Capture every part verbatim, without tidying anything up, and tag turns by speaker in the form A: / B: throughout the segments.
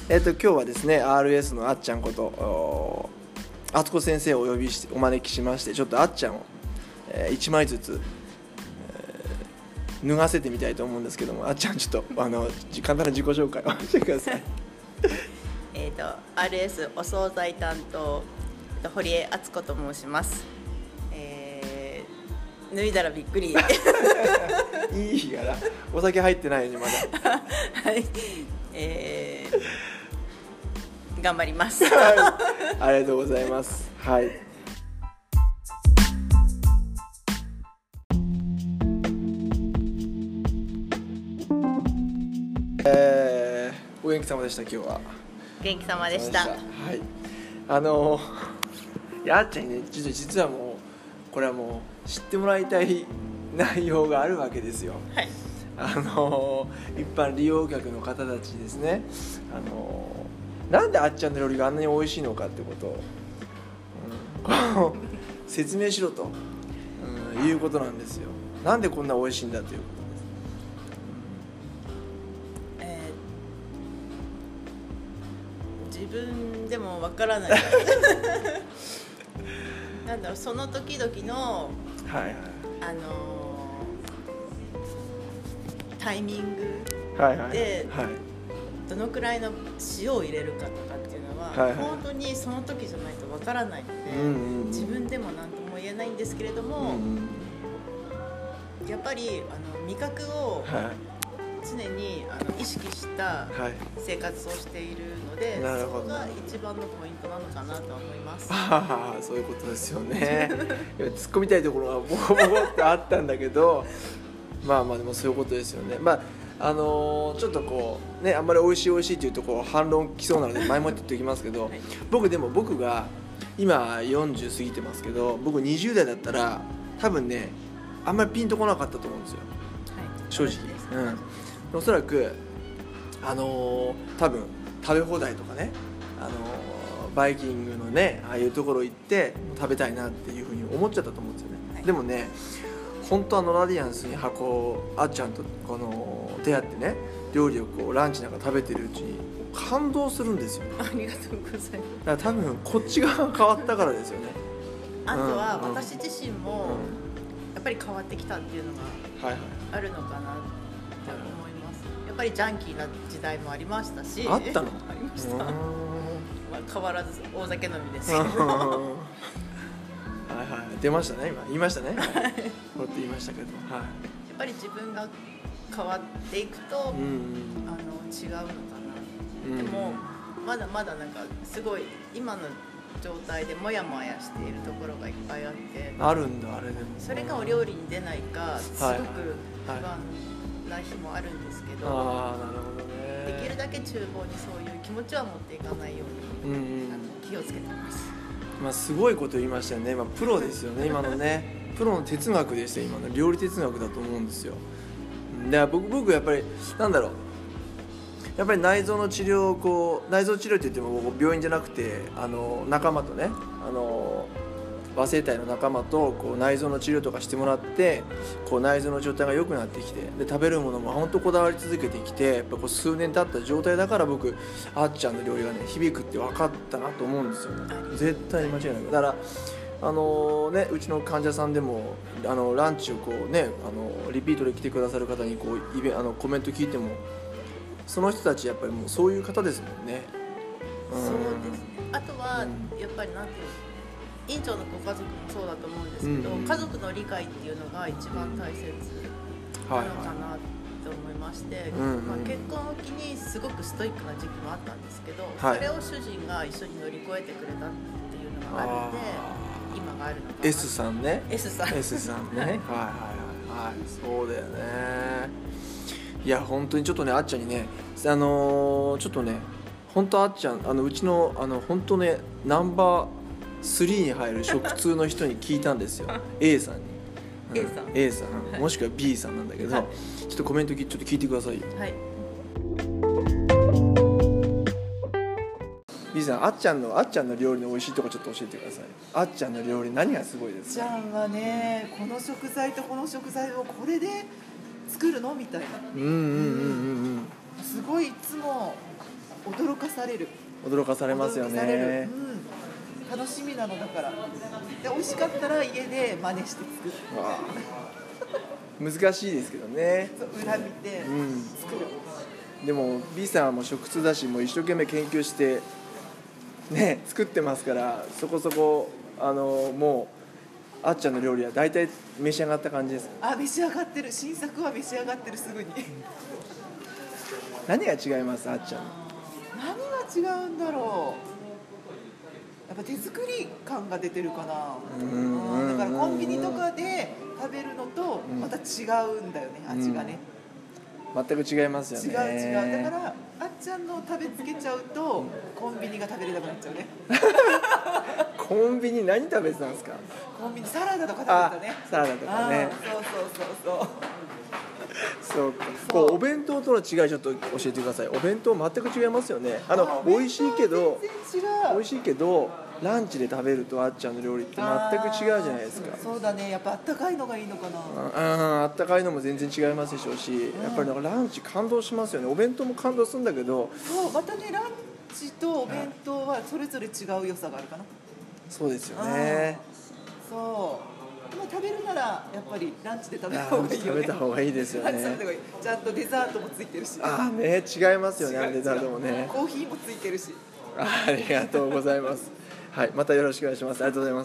A: えっと今日はですね アールエス のあっちゃんことあつこ先生をお呼びしてお招きしまして、ちょっとあっちゃんを、えー、いちまいずつ、えー、脱がせてみたいと思うんですけども、あっちゃんちょっとあの簡単な自己紹介をしてください。
B: えっと アールエス お惣菜担当堀江敦子と申します。えー、脱いだらびっくり。
A: いい日がな、お酒入ってないのにまだ。
B: はい、えー、頑張ります。
A: はい、ありがとうございます。はい。えー、お元気様でした今日は。
B: 元気様でした。
A: はい。あのいやあっちゃんにね、実は実はもうこれはもう知ってもらいたい内容があるわけですよ。
B: はい。
A: あの一般利用客の方たちですね、あのなんであっちゃんの料理があんなに美味しいのかってことを、うん、こう説明しろと、うん、いうことなんですよ。なんでこんな美味しいんだということです。
B: えー、自分でもわからない。なんだろう、その時々の、
A: はいはい、
B: あのタイミングで、
A: はいはいはい、
B: どのくらいの塩を入れるかとかっていうのは、はいはい、本当にその時じゃないとわからないので、うんうんうん、自分でも何とも言えないんですけれども、うんうん、やっぱりあの味覚を常にあの意識した生活をしているので、はい、そこが一番のポイントなのかなと思います。
A: ああ、そういうことですよね。突っ込みたいところはボコボコってあったんだけどまあまあでもそういうことですよね。まああのー、ちょっとこうね、あんまり美味しい美味しいっていうとこう反論きそうなので前もって言っておきますけど、はい、僕でも僕が今よんじゅう過ぎてますけど、僕にじゅう代だったら多分ねあんまりピンとこなかったと思うんですよ、はい、正直。うん、おそらくあのー、多分食べ放題とかね、あのー、バイキングのねああいうところ行って食べたいなっていうふうに思っちゃったと思うんですよね、はい、でもね本当はのラディアンスにこうあっちゃんとこの出会ってね、料理をこうランチなんか食べてるうちに感動するんですよ。
B: ありがとうございます。だ
A: から多分こっち側が変わったからですよね。
B: あとは私自身もやっぱり変わってきたっていうのがあるのかなって思います。やっぱりジャンキーな時代もありましたし。
A: あったの？
B: ありました。まあ変わらず大酒飲みですけど。
A: はいはい、出ましたね、今言いましたね、はい、こうやって言いましたけど、はい、やっ
B: ぱり自分が変わっていくと、うん、あの違うのかな、うん、でもまだまだなんかすごい今の状態でモヤモヤしているところがいっぱいあって、
A: あるんだあれでも、
B: それがお料理に出ないかすごく不安な日もあるんですけど、
A: あー、なるほどね、
B: できるだけ厨房にそういう気持ちは持っていかないように、うんうん、あの気をつけてます。
A: まあ、すごいこと言いましたよね。まあ、プロですよね今のね。プロの哲学でしたよ、今の料理哲学だと思うんですよ。で僕僕やっぱりなんだろう、やっぱり内臓の治療をこう内臓治療って言っても病院じゃなくてあの仲間とね、あの和製体の仲間とこう内臓の治療とかしてもらって、こう内臓の状態が良くなってきて、で食べるものも本当こだわり続けてきて、やっぱこう数年経った状態だから僕あっちゃんの料理がね響くって分かったなと思うんですよね。絶対に間違いない。だからあのね、うちの患者さんでもあのランチをこうね、あのリピートで来てくださる方にこうイベあのコメント聞いても、その人たちやっぱりもうそういう方ですもんね。
B: うん、そうですね。あとは、うん、やっぱりなんていう院長のご家族もそうだと思うんですけど、うんうん、家族の理解っていうのが一番大切なのかなと思いまして、うんうん、まあ、結婚を機にすごくストイックな時期もあったんですけど、はい、それを主人が一緒に乗り越えてくれたっていうのがあって、今があるのかな。
A: S さんね
B: S さん
A: S さんねはいはいはいはい、そうだよね。いや本当にちょっとねあっちゃんにね、あのー、ちょっとね本当あっちゃんあのうちのあの本当ねナンバースリーに入る食通の人に聞いたんですよA さんに、
B: うん、A さん
A: A さん、はい、もしくは B さんなんだけど、はい、ちょっとコメントちょっと聞いてくださいよ。
B: はい。
A: B さん、あっちゃんのあっちゃんの料理の美味しいとこちょっと教えてください。あっちゃんの料理何がすごいですか？
C: あっちゃんはね、この食材とこの食材をこれで作るのみたいな。
A: うんうんうんうんうん。
C: すごいいつも驚かされる
A: 驚かされますよね。
C: 驚かされる、うん、楽しみなのだから。で美味しかったら家で真似して作る。
A: わ難しいですけどね。
C: 裏見て作る、
A: うん、でも B さんはもう食通だし、もう一生懸命研究してね作ってますから、そこそこあのもうあっちゃんの料理は大体召し上がった感じですか？
C: あ、召し上がってる。新作は召し上がってる、すぐに。
A: 何が違います？あっちゃん
C: 何が違うんだろう。やっぱ手作り感が出てるかな。うん、だからコンビニとかで食べるのとまた違うんだよね、味がね、
A: うん、全く違いますよね。
C: 違う違う。だからあっちゃんの食べつけちゃうとコンビニが食べれなくなっちゃうね。
A: コンビニ何食べてたんですか？
C: コンビニサラダとか食べてたね。
A: サラダとかね。
C: そうそうそうそう。
A: そうか。こうお弁当との違いちょっと教えてください。お弁当全く違いますよね。あの美味しいけど美味しいけどランチで食べるとあっちゃんの料理って全く違うじゃないですか。
C: そうだね。やっぱあったかいのがいいのかな。
A: ああ、あったかいのも全然違いますでしょうし、うん、やっぱりなんかランチ感動しますよね。お弁当も感動するんだけど。
C: そう、またねランチとお弁当はそれぞれ違う良さがあるかな。
A: そうですよね。
C: そう。でも食べるならやっぱりランチで食べた方がいいよね。
A: 食べた方がいいですよね。
C: ちゃんとデザートもついてるし。
A: ああね、違いますよね。デザートもね。
C: コーヒーもついてるし。
A: あ, ありがとうございます。はい、またよろしくお願いします。ありがとうございます。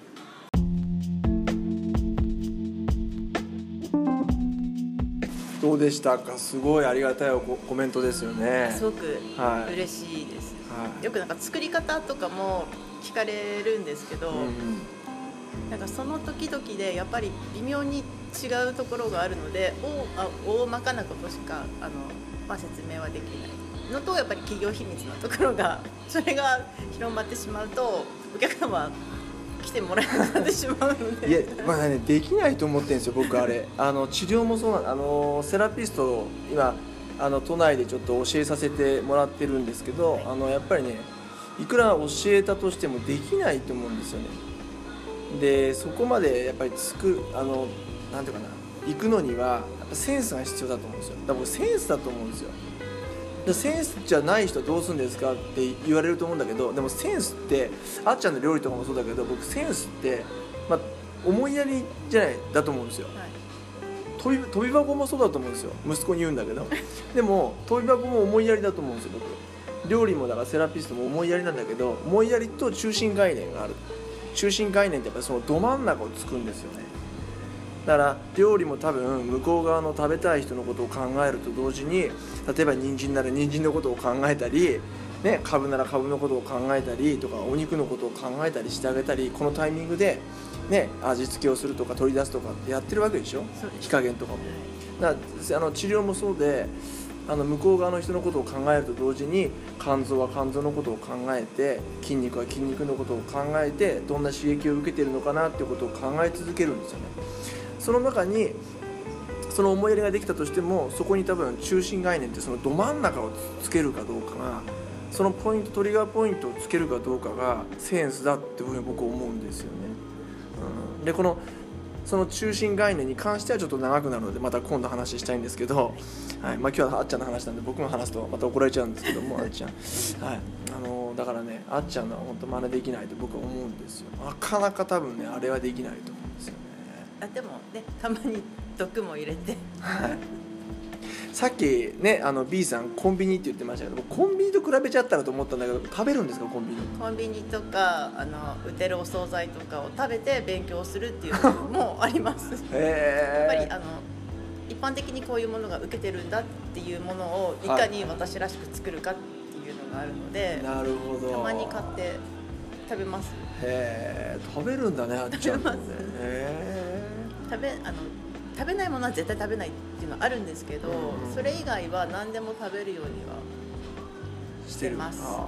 A: どうでしたか？すごいありがたいコメントですよね。
B: すごく嬉しいです、はい、よくなんか作り方とかも聞かれるんですけど、うんうん、なんかその時々でやっぱり微妙に違うところがあるので、大, あ大まかなことしかあの、まあ、説明はできないのと、やっぱり企業秘密のところがそれが広まってしまうとお客様来てもらえなくなってしまうので。
A: いや、まあね、できないと思ってるんですよ僕。あれあの治療もそうなあのセラピストを今あの都内でちょっと教えさせてもらってるんですけど、あのやっぱりねいくら教えたとしてもできないと思うんですよね。でそこまでやっぱり作るあのなんていうかな行くのにはやっぱセンスが必要だと思うんですよ。だから僕センスだと思うんですよ。でセンスじゃない人はどうするんですかって言われると思うんだけど、でもセンスってあっちゃんの料理とかもそうだけど、僕センスって、まあ、思いやりじゃないだと思うんですよ、はい、飛び、飛び箱もそうだと思うんですよ。息子に言うんだけどでも飛び箱も思いやりだと思うんですよ僕。料理もだからセラピストも思いやりなんだけど、思いやりと中心概念がある。中心概念ってやっぱりそのど真ん中をつくんですよね。だから料理も多分向こう側の食べたい人のことを考えると同時に、例えば人参なら人参のことを考えたり、ね、株なら株のことを考えたりとか、お肉のことを考えたりしてあげたり、このタイミングで、ね、味付けをするとか取り出すとかってやってるわけでしょ。火加減とかも。だからあの治療もそうで、あの向こう側の人のことを考えると同時に、肝臓は肝臓のことを考えて、筋肉は筋肉のことを考えて、どんな刺激を受けているのかなっていうことを考え続けるんですよね。その中にその思いやりができたとしても、そこに多分中心概念ってそのど真ん中をつけるかどうかが、そのポイントトリガーポイントをつけるかどうかがセンスだっていうふうに僕は思うんですよね、うん、でこのその中心概念に関してはちょっと長くなるのでまた今度話したいんですけど、はい、まあ、今日はあっちゃんの話なんで僕も話すとまた怒られちゃうんですけども、あっちゃん、はい、あのだからね、あっちゃんのは本当真似できないと僕は思うんですよ。なかなか多分ねあれはできないと思うんですよね。
B: あでもね、たまに毒も入れて、はい、
A: さっきねあの B さんコンビニって言ってましたけど、コンビニと比べちゃったらと思ったんだけど、食べるんですかコンビニ？
B: コンビニとかあの売ってるお惣菜とかを食べて勉強するっていうのもあります
A: へ
B: やっぱりあの一般的にこういうものが受けてるんだっていうものをいかに私らしく作るかっていうのがあるので、
A: なるほど、
B: たまに買って食べます。
A: へえ、食べるんだねあっちゃんもね。へ
B: 食べあの食べないものは絶対食べないっていうのはあるんですけど、うん、それ以外は何でも食べるようにはしてます。はい、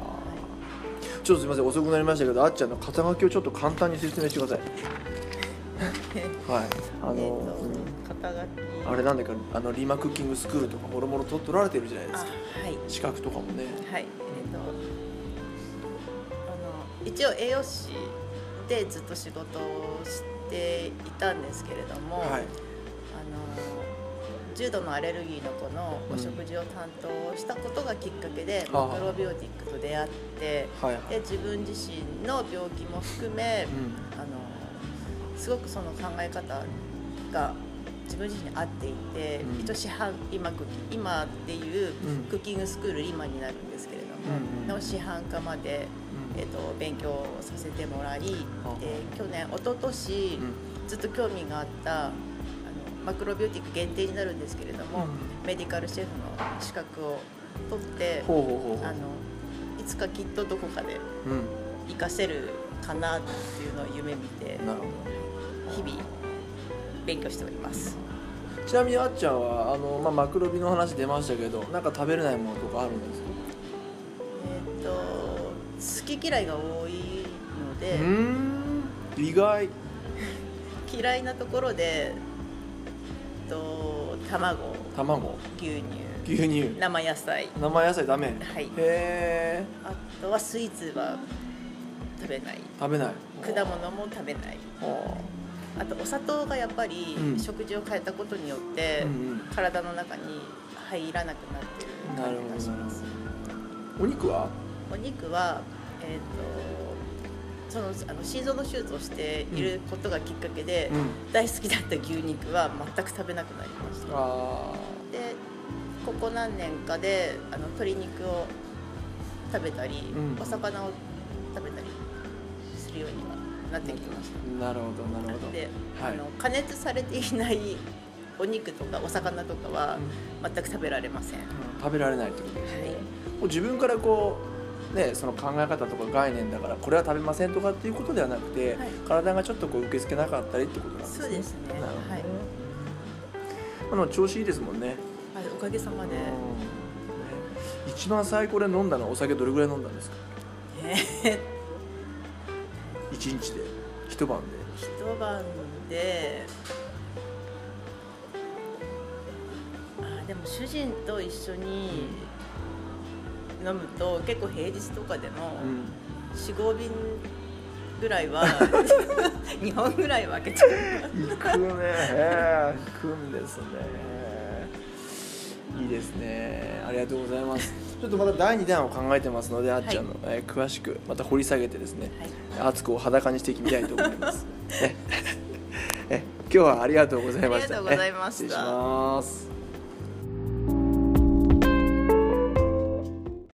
A: ちょっとすみません遅くなりましたけど、あっちゃんの肩書きをちょっと簡単に説明してください。はい、あの、えー
B: 肩書き
A: あれなんだかあのリマクッキングスクールとかもろもろ取られてるじゃないですか。
B: はい、
A: 資格とかもね。
B: はい、えー、とあの一応栄養士でずっと仕事をしていたんですけれども、はい、あの重度のアレルギーの子のお食事を担当したことがきっかけで、
A: うん、
B: マクロビオティックと出会って、
A: はいはい、
B: で自分自身の病気も含め、うん、あのすごくその考え方が自分自身に合っていて、うん、一応市販 今, 今っていうクッキングスクール今になるんですけれども、うん、の市販化まで、うん、えー、と勉強させてもらい、うん、で去年一昨年、うん、ずっと興味があったあのマクロビオティック限定になるんですけれども、うん、メディカルシェフの資格を取ってほうほうほう、あのいつかきっとどこかで活かせるかなっていうのを夢見て、うん、日々勉強しております。
A: ちなみにあっちゃんはあの、まあ、マクロビの話出ましたけど、なんか食べれないものとかあるんですか？
B: えっと好き嫌いが多いので、
A: うーん、意外。
B: 嫌いなところで、えっと卵、
A: 卵、
B: 牛乳、
A: 牛乳、
B: 生野菜、
A: 生野菜ダメ。
B: はい。へ
A: え。
B: あとはスイーツは食べない。
A: 食べない。
B: 果物も食べない。あとお砂糖がやっぱり食事を変えたことによって体の中に入らなくなっている感じがします。
A: お肉は？お
B: 肉は、えー、とそのあの心臓の手術をしていることがきっかけで、うん、大好きだった牛肉は全く食べなくなりました。あでここ何年かであの鶏肉を食べたり、うん、お魚を食べたりするようにはなってきました。
A: なるほどなるほど。
B: で、はい、あの加熱されていないお肉とかお魚とかは全く食べられません。うん、
A: 食べられないってことですね。はい、もう自分からこうね、その考え方とか概念だからこれは食べませんとかっていうことではなくて、はい、体がちょっとこう受け付けなかったりってことなんですね。
B: そうですね。なるほど。はい。
A: あの調子いいですもんね。
B: はい、おかげさまで。
A: うん、一番最高で飲んだのはお酒どれぐらい飲んだんですか？えー一日で一晩で
B: 一晩であでも主人と一緒に飲むと結構平日とかでも よん,ご 瓶ぐらいはにほんぐらいは開けちゃう。
A: 行くね行くんですね。いいですね、ありがとうございます。ちょっとまただいにだんを考えてますので、あっちゃんの、はい、えー、詳しくまた掘り下げてですね、はい、熱くを裸にしていきたいと思いますええ今日はありがとうございました。
B: ありがとうございました。
A: 失礼します。